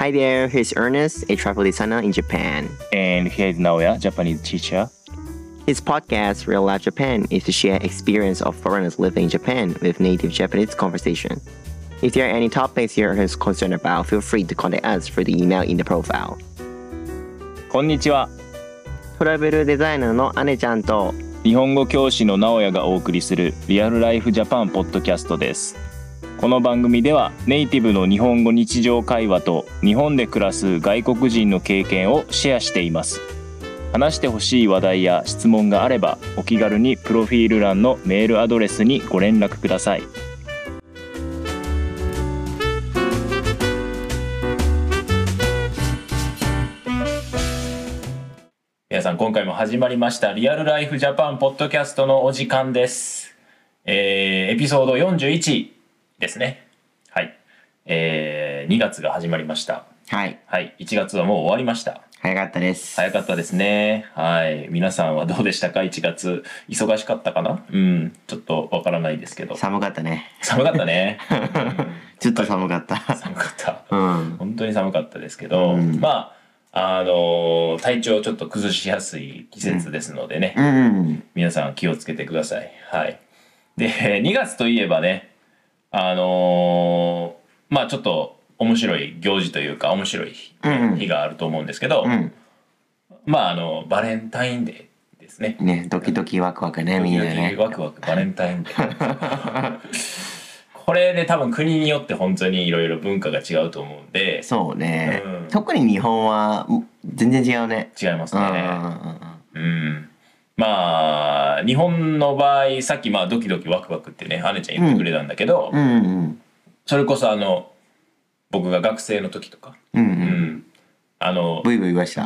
Hi there, here's Ernest, a travel designer in Japan. And here's Naoya, Japanese teacher. His podcast, Real Life Japan, is to share experience of foreigners living in Japan with native Japanese conversation. If there are any topics you're concerned about, feel free to contact us through the email in the profile. こんにちは。 トラベルデザイナーの姉ちゃんと日本語教師の直哉がお送りするリアルライフジャパンポッドキャストです。この番組ではネイティブの日本語日常会話と日本で暮らす外国人の経験をシェアしています。話してほしい話題や質問があればお気軽にプロフィール欄のメールアドレスにご連絡ください。皆さん、今回も始まりましたリアルライフジャパンポッドキャストのお時間です。エピソード41ですね。はい、2月が始まりました。 はい、 はい、1月はもう終わりました。 早かったです。 早かったですね。はい、皆さんはどうでしたか？ 1 月忙しかったかな？ちょっとわからないですけど。 寒かったね。 寒かったね。 ちょっと寒かった。 寒かった。本当に寒かったですけど、まあ体調をちょっと崩しやすい季節ですのでね、皆さん気をつけてください。はい。で、2月といえばね、まあちょっと面白い行事というか面白い日があると思うんですけど、まあバレンタインデーですね。 ね、ドキドキワクワクね、みんなね。 ドキドキワクワクバレンタインデー。これね、多分国によって本当にいろいろ文化が違うと思うんで。 そうね。特に日本は全然違うね。 違いますね。まあ日本の場合、さっきドキドキワクワクってね、姉ちゃん言ってくれたんだけど、それこそ僕が学生の時とか、ブイブイ言わした。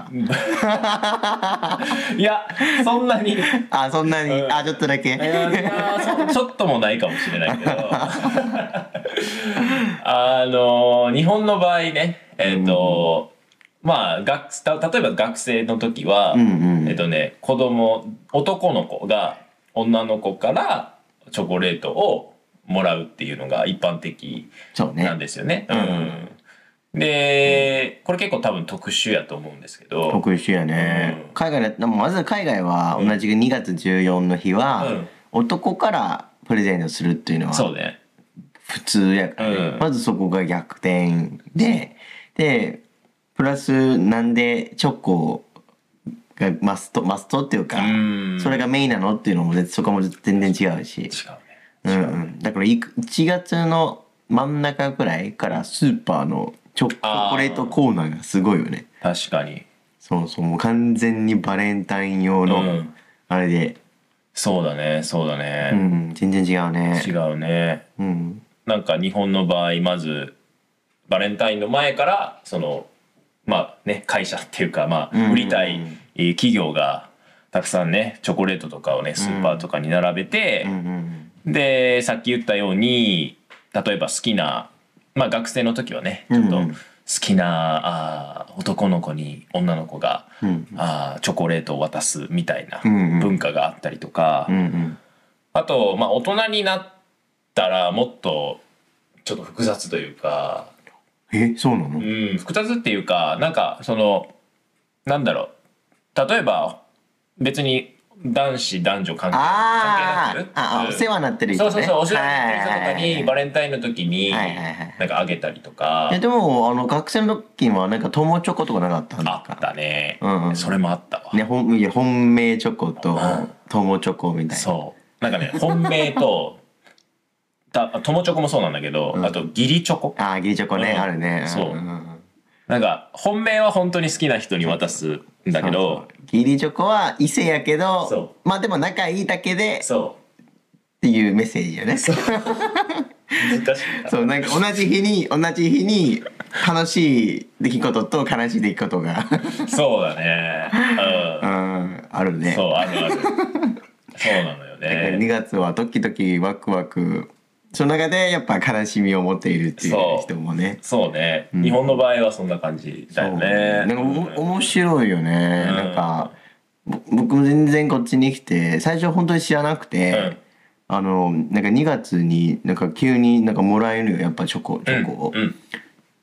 いや、そんなに。 そんなに、ちょっとだけ。 ちょっともないかもしれないけど。日本の場合ね、まあ例えば学生の時は、子供、男の子が女の子からチョコレートをもらうっていうのが一般的なんですよね。で、これ結構多分特殊やと思うんですけど。 特殊やね。まず海外は同じく2月14の日は、男からプレゼントするっていうのは普通やからね。まずそこが逆転で、プラスなんでチョコがマストっていうか、それがメインなのっていうのもそこも全然違うし。だから1月の真ん中くらいからスーパーのチョコレートコーナーがすごいよね。 確かに。 そう、もう完全にバレンタイン用のあれで。そうだね。全然違うね。 違うね。なんか日本の場合、まずバレンタインの前から会社っていうか売りたい企業がたくさんねチョコレートとかをねスーパーとかに並べて、でさっき言ったように例えば好きな学生の時はねちょっと好きな男の子に女の子がチョコレートを渡すみたいな文化があったりとか、あと大人になったらもっとちょっと複雑というか。 そうなの？ 複雑っていうかなんかなんだろう、例えば別に男女関係なくお世話になってる人ね。 そうお世話になってる人とかにバレンタインの時になんかあげたりとか。 でも学生の時はなんか友チョコとかなかったんだか？ あったね。それもあったわ。 ね、本命チョコと友チョコみたいな。 そうなんかね、本命と友チョコもそうなんだけど、あと義理チョコ。 義理チョコね、あるね。 そうなんか本命は本当に好きな人に渡すんだけど、 義理チョコは異性やけどでも仲いいだけでっていうメッセージよね。 難しいな。 そうなんか同じ日に楽しい出来事と悲しい出来事がそうだね。 あるね。 そうある。そうなのよね。 2月はドキドキワクワク、その中でやっぱ悲しみを持っているっていう人もね。 そうね、日本の場合はそんな感じだよね。 なんか面白いよね。なんか僕も全然こっちに来て最初本当に知らなくて、なんか2月になんか急になんかもらえるよ、やっぱチョコを。で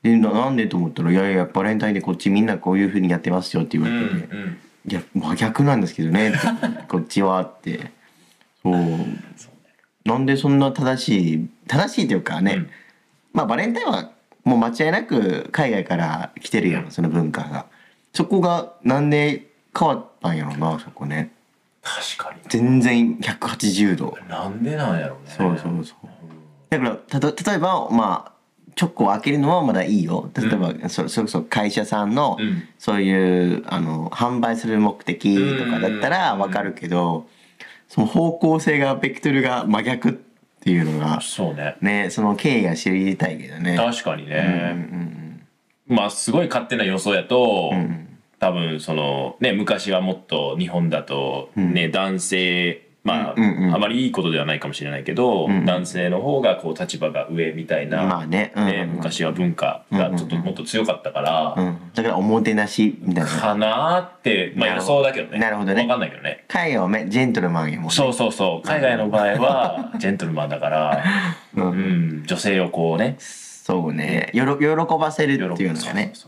なんでと思ったら「いやいやバレンタインでこっちみんなこういう風にやってますよ」って言われて、いや真逆なんですけどねってこっちはってそうなんでそんな正しいというかね、まあバレンタインはもう間違いなく海外から来てるやん、その文化が。そこがなんで変わったんやろな、そこね。 確かに全然180度。 なんでなんやろうね。 そうだから例えばまあチョコを開けるのはまだいいよ。例えば、それこそ会社さんの、そういう販売する目的とかだったらわかるけど、その方向性がベクトルが真逆っていうのがそうね、その経緯が知りたいけどね。 確かにね。まあすごい勝手な予想やと、多分そのね昔はもっと日本だとね、男性まあ、あまりいいことではないかもしれないけど、男性の方がこう立場が上みたいな、 まあね昔は文化がちょっともっと強かったから、 だからおもてなしみたいなかなーって、まあ予想だけどね。 なるほどね。 分かんないけどね。 海外はジェントルマンやもんね。 そう海外の場合はジェントルマンだから女性をこうねそうね喜ばせるっていうのがね。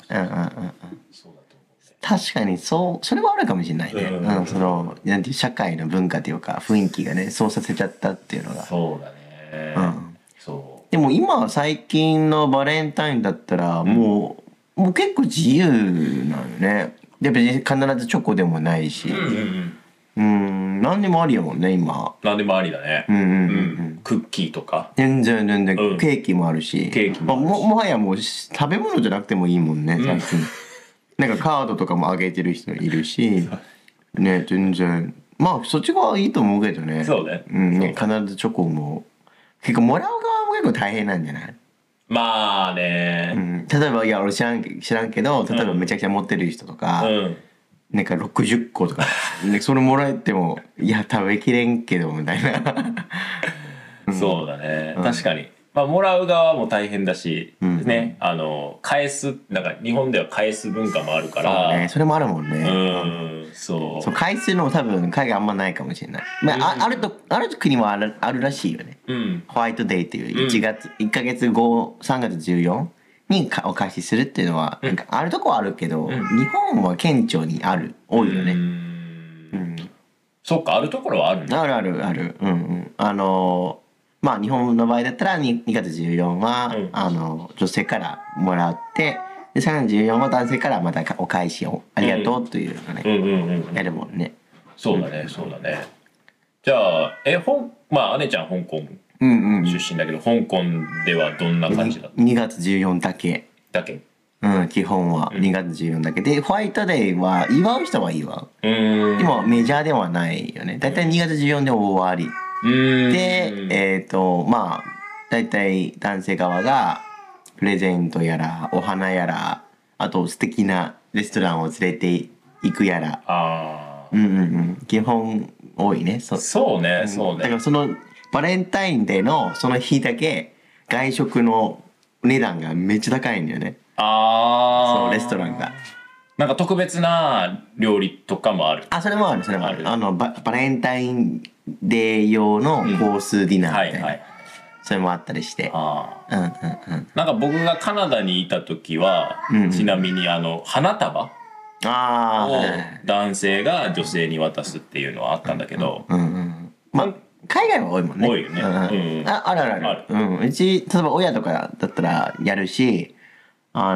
確かにそれはあるかもしれないね。そのなんていう社会の文化というか雰囲気がねそうさせちゃったっていうのが。 そうだね。 でも今最近のバレンタインだったらもう結構自由なのね。で別に必ずチョコでもないし、何でもありやもんね今。 何でもありだね。クッキーとか。 全然ケーキもあるし。もはやもう食べ物じゃなくてもいいもんね最近。なんかカードとかもあげてる人いるし、ね全然まあそっちがいいと思うけどね。 そうね。 必ずチョコも結構もらう側も結構大変なんじゃない？ まあね。 例えばいや俺知らんけど例えばめちゃくちゃ持ってる人とか、なんか60個とかそれもらえてもいや食べきれんけどみたいな。 そうだね確かに。まあ、もらう側も大変だし、ね、返すなんか日本では返す文化もあるから、 それもあるもんね。そう返すのも多分海外あんまないかもしれない。まあある国はあるらしいよね。ホワイトデーっていう1ヶ月後3月14にお返しするっていうのはなんかあるとこはあるけど、日本は顕著に多いよね。 そっかあるところはあるね。 ある。まあ日本の場合だったら 2月14は、女性からもらってで3月14は男性からまたお返しをありがとうというのねやるもんね。 そうだね。じゃあまあ姉ちゃん香港出身だけど、香港ではどんな感じだった？ 2月14だけ基本は2月14だけで、ホワイトデーは祝う人は祝う。でもメジャーではないよね。だいたい2月14で終わりでまあだいたい男性側がプレゼントやらお花やらあと素敵なレストランを連れて行くやら基本多いね。 そうねだからそのバレンタインデーのその日だけ外食の値段がめっちゃ高いんだよね。そうレストランがなんか特別な料理とかもある。 それもあるバレンタインデー用のコースディナーみたいな、それもあったりして。 なんか僕がカナダにいた時は、ちなみに花束を男性が女性に渡すっていうのはあったんだけど、 まあ海外は多いもんね。 多いよね。 ある。うち例えば親とかだったらやるし、いや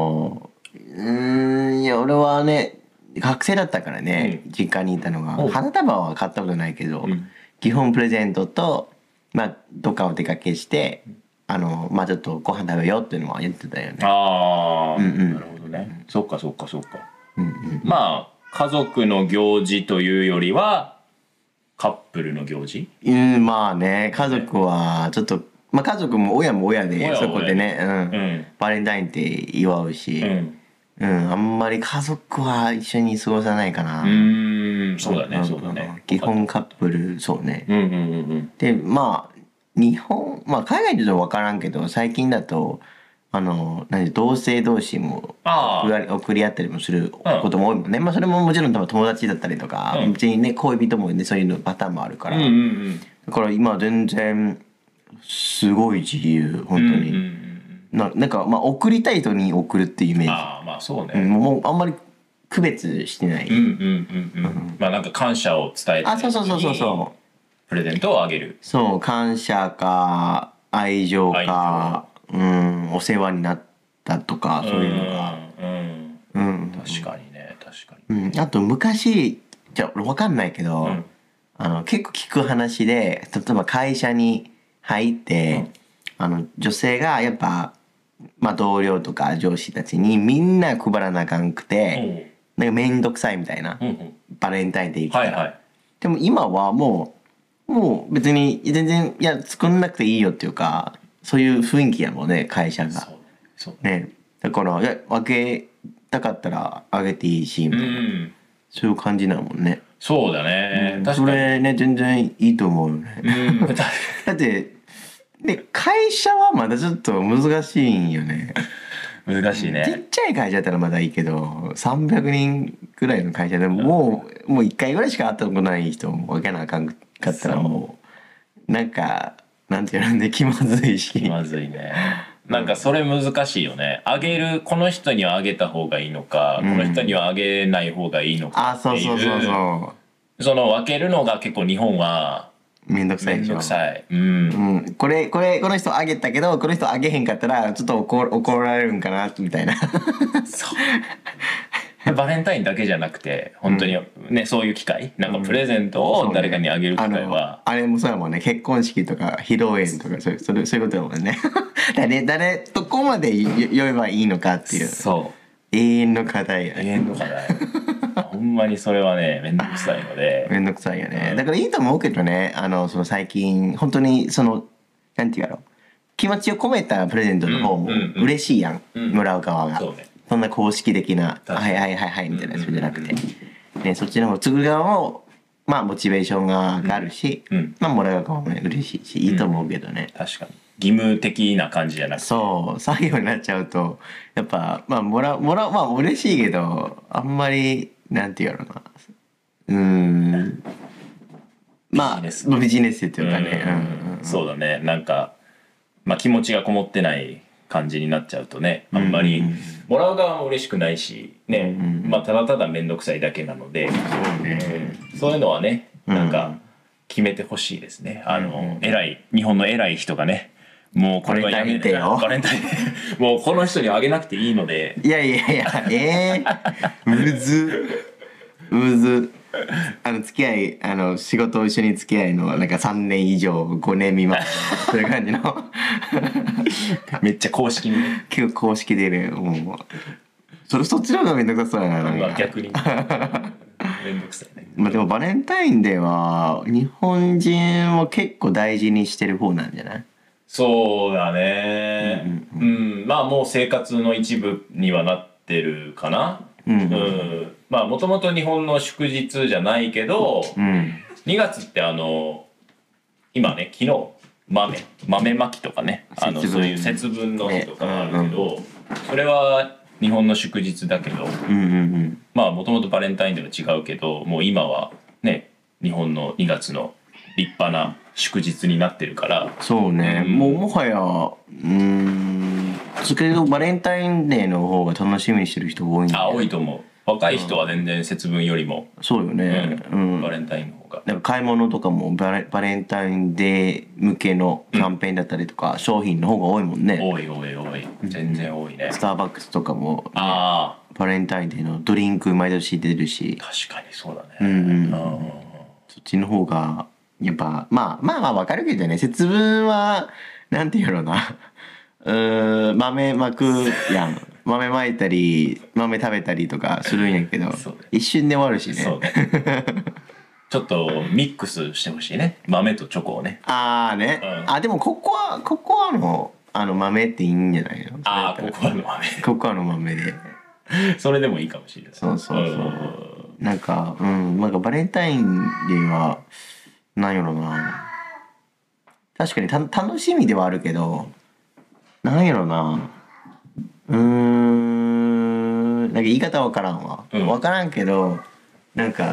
俺はね学生だったからね、実家にいたのが花束は買ったことないけど、基本プレゼントとまあどっかお出かけしてまあちょっとご飯食べようっていうのは言ってたよね。 なるほどね。そっか。まあ家族の行事というよりはカップルの行事？ まあね家族はちょっとまあ家族も親も親でそこでねバレンタインって祝うし。あんまり家族は一緒に過ごさないかな。 そうだね。 基本カップルそうね。でまあ日本まあ海外でと分からんけど最近だと同性同士も送り合ったりもすることも多いもんね。まあそれももちろん友達だったりとか別にね恋人もねそういうのパターンもあるから。だから今全然すごい自由本当に。 なんかまあ送りたい人に送るっていうイメージ。 ああまあそうね、 もうあんまり区別してない。 まあなんか感謝を伝えて、 そうプレゼントをあげる。 そう、感謝か愛情か、お世話になったとか、そういうのが。 確かにね、確かに。 あと昔、わかんないけど、結構聞く話で、例えば会社に入って、女性がやっぱ、まあ同僚とか上司たちにみんな配らなあかんくて、なんかめんどくさいみたいな、バレンタインデー来たら。でも今はもう別に全然、いや、作んなくていいよっていうか、そういう雰囲気やもんね、会社が。ね。だから、いや、あげたかったらあげていいし、みたいな。そういう感じなもんね。 そうだね。 それね、全然いいと思うよね。だって、で、会社はまだちょっと難しいんよね。 難しいね。 ちっちゃい会社だったらまだいいけど、300人くらいの会社でもう1回ぐらいしか会ったことない人も分けなあかんかったらもう、なんか、なんていうのね、気まずいし。 気まずいね。なんかそれ難しいよね。あげる、この人にはあげた方がいいのか、この人にはあげない方がいいのかっていう。その分けるのが結構日本は、 めんどくさいでしょ。 めんどくさい。 この人あげたけど、この人あげへんかったら、ちょっと怒られるんかな、みたいな。 そう。バレンタインだけじゃなくて、本当にね、そういう機会、なんかプレゼントを誰かにあげる機会は。 あれもそうやもんね、結婚式とか、披露宴とか、そういうことだもんね。誰、どこまで言えばいいのかっていう。 そう。 永遠の課題や。 永遠の課題。ほんまにそれはね、めんどくさいので。 めんどくさいよね。だからいいと思うけどね、その最近、本当になんていうやろ、気持ちを込めたプレゼントの方も嬉しいやん、もらう側が。そんな公式的な、はいみたいなやつじゃなくて。ね、そっちの方、作る側も、まあ、モチベーションがあるし、まあ、もらう側もね、嬉しいし、いいと思うけどね。 確かに。義務的な感じじゃなくて。 そう、作業になっちゃうと、やっぱ、まあ、まあ、嬉しいけど、あんまり、なんていうやろな。まあ、ビジネスっていうかね。 そうだね。なんか、まあ気持ちがこもってない感じになっちゃうとね、あんまり、もらう側も嬉しくないし、ね、まあただただめんどくさいだけなので、そういうのはね、なんか決めてほしいですね。日本の偉い人がね、もうこれはやめてよ。バレンタインもうこの人にあげなくていいので。 いやむず付き合い仕事を一緒に付き合いのなんか3年以上5年未満そういう感じのめっちゃ公式にね。 結構公式でね、もうそっちの方がめんどくさそうやな。 まあ逆にめんどくさいね。 まあでもバレンタインデーは日本人は結構大事にしてる方なんじゃない？ そうだね。まあもう生活の一部にはなってるかな。まあもともと日本の祝日じゃないけど、2月って今ね、昨日豆まきとかね、そういう節分の日とかがあるけど、それは日本の祝日だけど、まあもともとバレンタインデーは違うけど、もう今はね、日本の2月の立派な祝日になってるから。 そうね、もはやけどバレンタインデーの方が楽しみにしてる人多いんだよ。 多いと思う。若い人は全然節分よりも。 そうよね。 バレンタインの方が。 なんか買い物とかもバレンタインデー向けのキャンペーンだったりとか、商品の方が多いもんね。 多い。全然多いね。 スターバックスとかも、バレンタインデーのドリンク毎年出るし。 確かにそうだね。 そっちの方がやっぱまあわかるけどね、節分はなんていうのな。豆まくやん。豆まいたり豆食べたりとかするんやけど、一瞬で終わるしね。そうね。 ちょっとミックスしてほしいね、豆とチョコをね。 でもココアの豆っていいんじゃないの？ココアの豆でそれでもいいかもしれない。 そうなんかなんかバレンタインデーはなんやろな、確かに楽しみではあるけど、なんやろな、なんか言い方わからんわ。わからんけど、なんか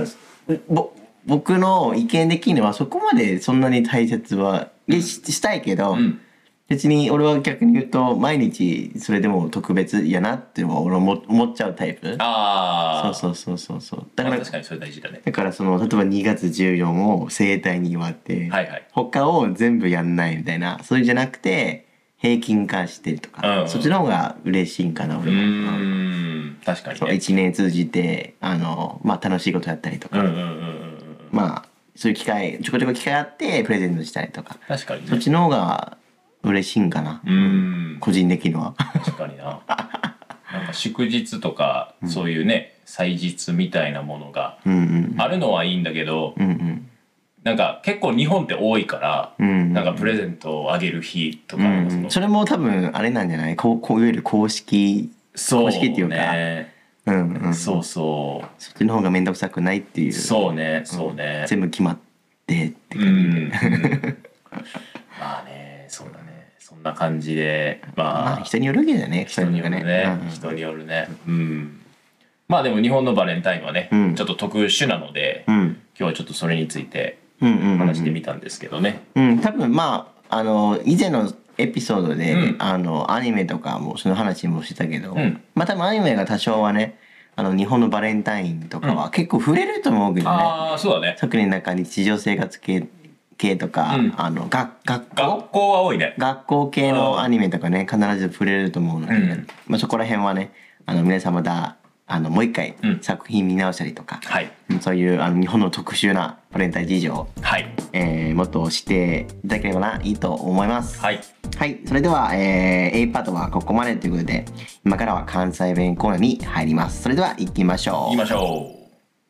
僕の意見的にはそこまでそんなに大切はしたいけど、 別に俺は逆に言うと毎日それでも特別やなって俺思っちゃうタイプ。 ああ。 そうだから、 確かにそれ大事だね。 だからその例えば2月14を盛大に祝って、 はいはい、 他を全部やんないみたいな、そういうんじゃなくて平均化してるとか、そっちの方が嬉しいんかな俺は。 確かにね。 そう1年通じてまあ楽しいことやったりとか、まあそういう機会ちょこちょこ機会あってプレゼントしたりとか、 確かにね、 そっちの方が嬉しいんかな、個人的には。 確かにな。なんか祝日とか、そういうね祭日みたいなものがあるのはいいんだけど、なんか結構日本って多いから、なんかプレゼントをあげる日とか、 それも多分あれなんじゃない、こういわゆる公式っていうか、 そうそう、 そっちの方が面倒くさくないっていう。 そうね、全部決まってって感じで。 まあね、そうだね、そんな感じで、まあ人によるけどね。 人によるね。まあでも日本のバレンタインはね、ちょっと特殊なので、今日はちょっとそれについて話してみたんですけどね。 多分まあ以前のエピソードで、アニメとかもその話もしてたけど、まあ多分アニメが多少はね、日本のバレンタインとかは結構触れると思うけどね。 ああ、そうだね。 特になんか日常生活系とか、 学校は多いね。 学校系のアニメとかね、必ず触れると思うので、まあそこら辺はね、皆さんまたもう一回作品見直したりとか、そういう日本の特殊なバレンタイン事情を、もっと知っていただければいいと思います。はい、それでは、A パートはここまでということで、今からは関西弁コーナーに入ります。それでは行きましょう。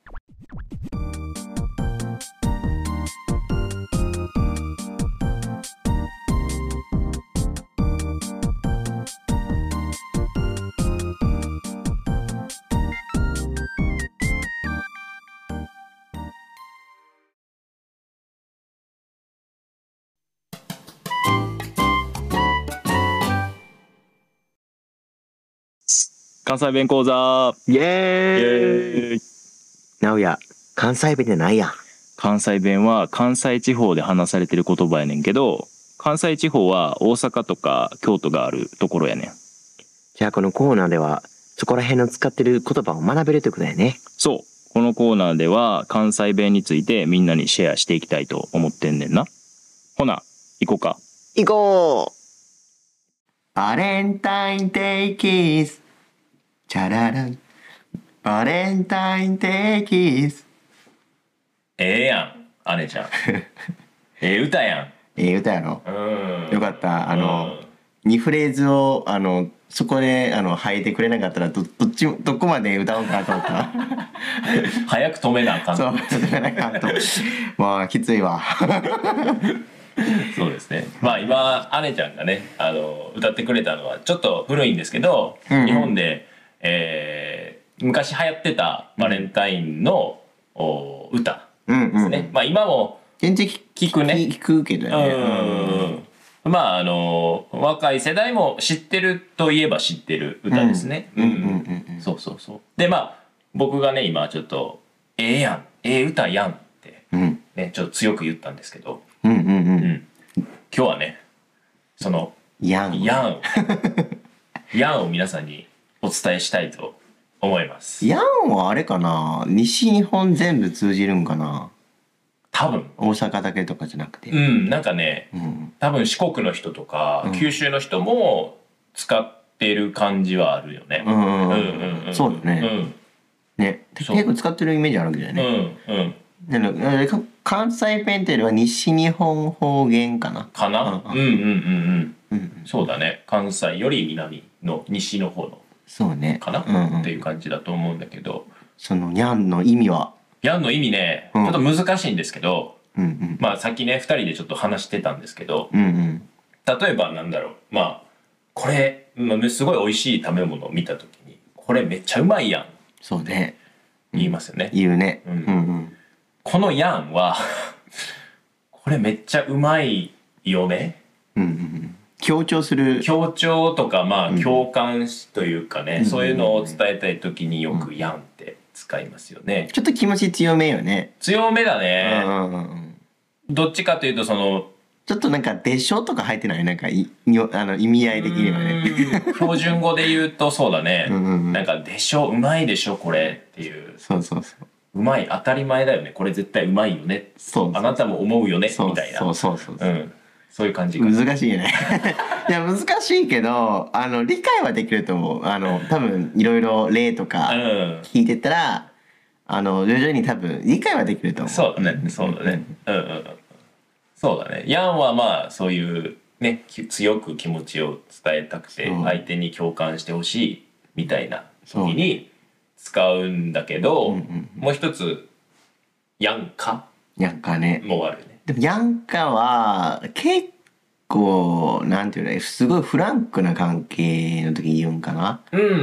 関西弁講座イエーイ。なおや関西弁ってなんや。 関西弁は関西地方で話されてる言葉やねんけど、関西地方は大阪とか京都があるところやねん。 じゃあこのコーナーではそこら辺の使ってる言葉を学べるってことだよね。 そう、このコーナーでは関西弁についてみんなにシェアしていきたいと思ってんねんな。ほな行こうか。 行こう。バレンタインデーキスチャララン、バレンタインデーキス。 ええやん姉ちゃん。ええ歌やん。 ええ歌やろ。よかった。2フレーズをそこで入ってくれなかったらどこまで歌おうかと思った。 早く止めなあかん。 そう止めなあかんと。まあきついわ。 そうですね。まあ今姉ちゃんがね歌ってくれたのはちょっと古いんですけど、日本で、昔流行ってたバレンタインの歌ですね。まあ今も全然聞くね。聞くけどね。まあ若い世代も知ってるといえば知ってる歌ですね。そうそうそう。でまあ僕がね今ちょっとええやん、ええ歌やんってねちょっと強く言ったんですけど、今日はねそのやんを皆さんにお伝えしたいと思います。 やんはあれかな、西日本全部通じるんかな。 多分大阪だけとかじゃなくて、 なんかね、多分四国の人とか、九州の人も使ってる感じはあるよね。 そうだね。ね、結構使ってるイメージあるけどね。関西弁っていうのは西日本方言かな。 そうだね。関西より南の西の方のそうねかな、っていう感じだと思うんだけど、 そのやんの意味は。 やんの意味ね、ちょっと難しいんですけど、まあさっきね2人でちょっと話してたんですけど、例えばなんだろう、まあこれ、すごい美味しい食べ物を見た時にこれめっちゃうまいやん。 そうね。 言いますよね。 言うね。 このやんはこれめっちゃうまいよね。 強調する。 強調とかまあ共感というかね、そういうのを伝えたい時によくやんって使いますよね。 ちょっと気持ち強めよね。 強めだね。どっちかというとそのちょっとなんかでしょとか入ってない、なんか意味合い的にはね。 標準語で言うとそうだね。なんかでしょ、うまいでしょこれっていう。 そうそうそう。 うまい、当たり前だよね、これ絶対うまいよね。そう。あなたも思うよねみたいな。 そうそうそうそう。 そういう感じ。 難しいよね。いや難しいけど理解はできると思う。多分いろいろ例とか聞いてたら、徐々に多分理解はできると思う。 そうだね、そうだね。そうだね。ヤンはまあそういうね、強く気持ちを伝えたくて相手に共感してほしいみたいな時に使うんだけど、もう一つヤンカねもあるね。 でもヤンカは結構なんていうの、すごいフランクな関係の時に言うんかな。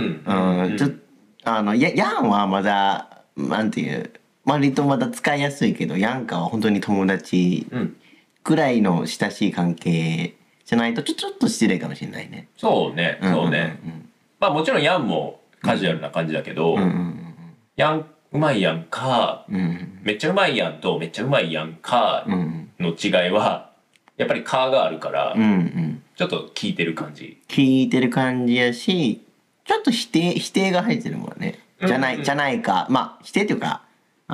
ヤンはまだなんていう割とまだ使いやすいけど、ヤンカは本当に友達くらいの親しい関係じゃないとちょっと失礼かもしれないね。 そうね、そうね。まあもちろんヤンもカジュアルな感じだけど、ヤンうまいやんか、めっちゃうまいやんとめっちゃうまいやんかの違いはやっぱりカがあるから、ちょっと聞いてる感じやし、ちょっと否定が入ってるもんね。じゃないか、まあ否定っていうか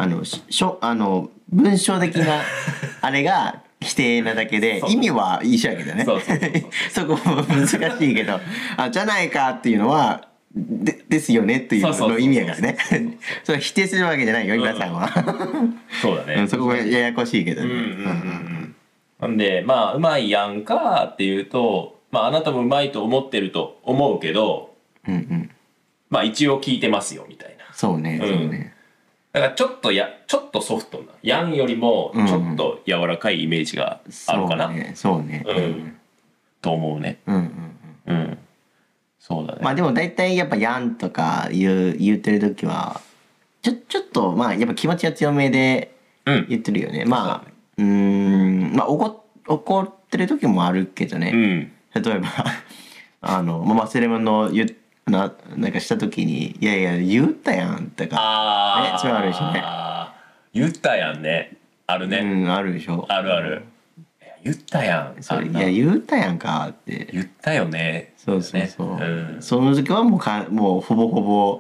文章的なあれが否定なだけで意味は一緒やけどね。そこも難しいけど、じゃないかっていうのはですよねっていうの意味やからね。それ否定するわけじゃないよ皆さんは。 そうだね。 そこがややこしいけどね。 なんでまあうまいやんかっていうと、まああなたもうまいと思ってると思うけど、まあ一応聞いてますよみたいな。 そうね。 だからちょっとソフトなヤンよりもちょっと柔らかいイメージがあるかな。 そうね。 と思うね。そうだね。 まあでも大体やっぱヤンとか言ってる時はちょっとまあやっぱ気持ちが強めで言ってるよね。まあまあ怒ってる時もあるけどね。例えば忘れ物なんかした時に「いやいや言ったやん」とかね、それあるしね。 言ったやんね、あるね。 あるでしょ。 ある。言ったやん。 いや言ったやんかって言ったよね。 そう、その時はもうほぼほぼ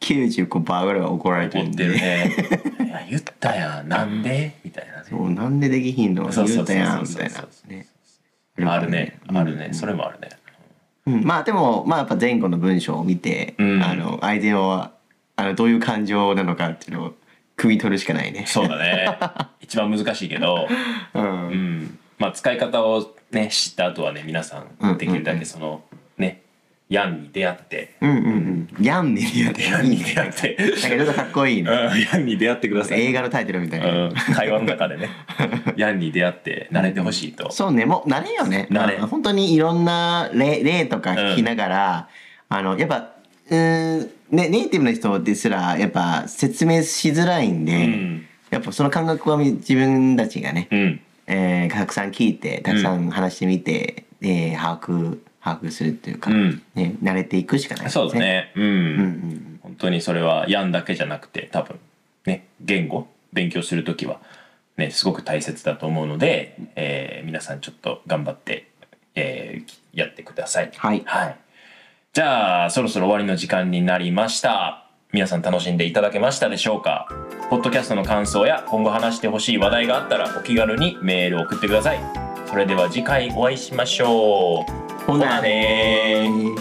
95% ぐらいは怒られてるんで。 怒ってるね。いや言ったやん、なんでみたいなね。 そうなんでできひんの、言ったやんみたいなね。 あるね、それもあるね。 まあでもまあやっぱ前後の文章を見て、相手はどういう感情なのかっていうのを汲み取るしかないね。 そうだね。一番難しいけど、まあ使い方をね知った後はね、皆さんできるだけそのねヤンに出会って、 ヤンに出会ってなんかちょっとかっこいいね。 ヤンに出会ってください。 映画のタイトルみたいな。 会話の中でね、ヤンに出会って慣れてほしいと。 そうね、もう慣れよね。本当にいろんな例とか聞きながら、やっぱネイティブの人ですらやっぱ説明しづらいんで、やっぱその感覚は自分たちがね、たくさん聞いてたくさん話してみて、把握するっていうか、慣れていくしかないですね。 そうだね。本当にそれはヤンだけじゃなくて多分ね、言語勉強するときはねすごく大切だと思うので、皆さんちょっと頑張って、やってください。 はい。 じゃあそろそろ終わりの時間になりました。皆さん楽しんでいただけましたでしょうか。ポッドキャストの感想や今後話してほしい話題があったらお気軽にメールを送ってください。それでは次回お会いしましょう。 ほなねー。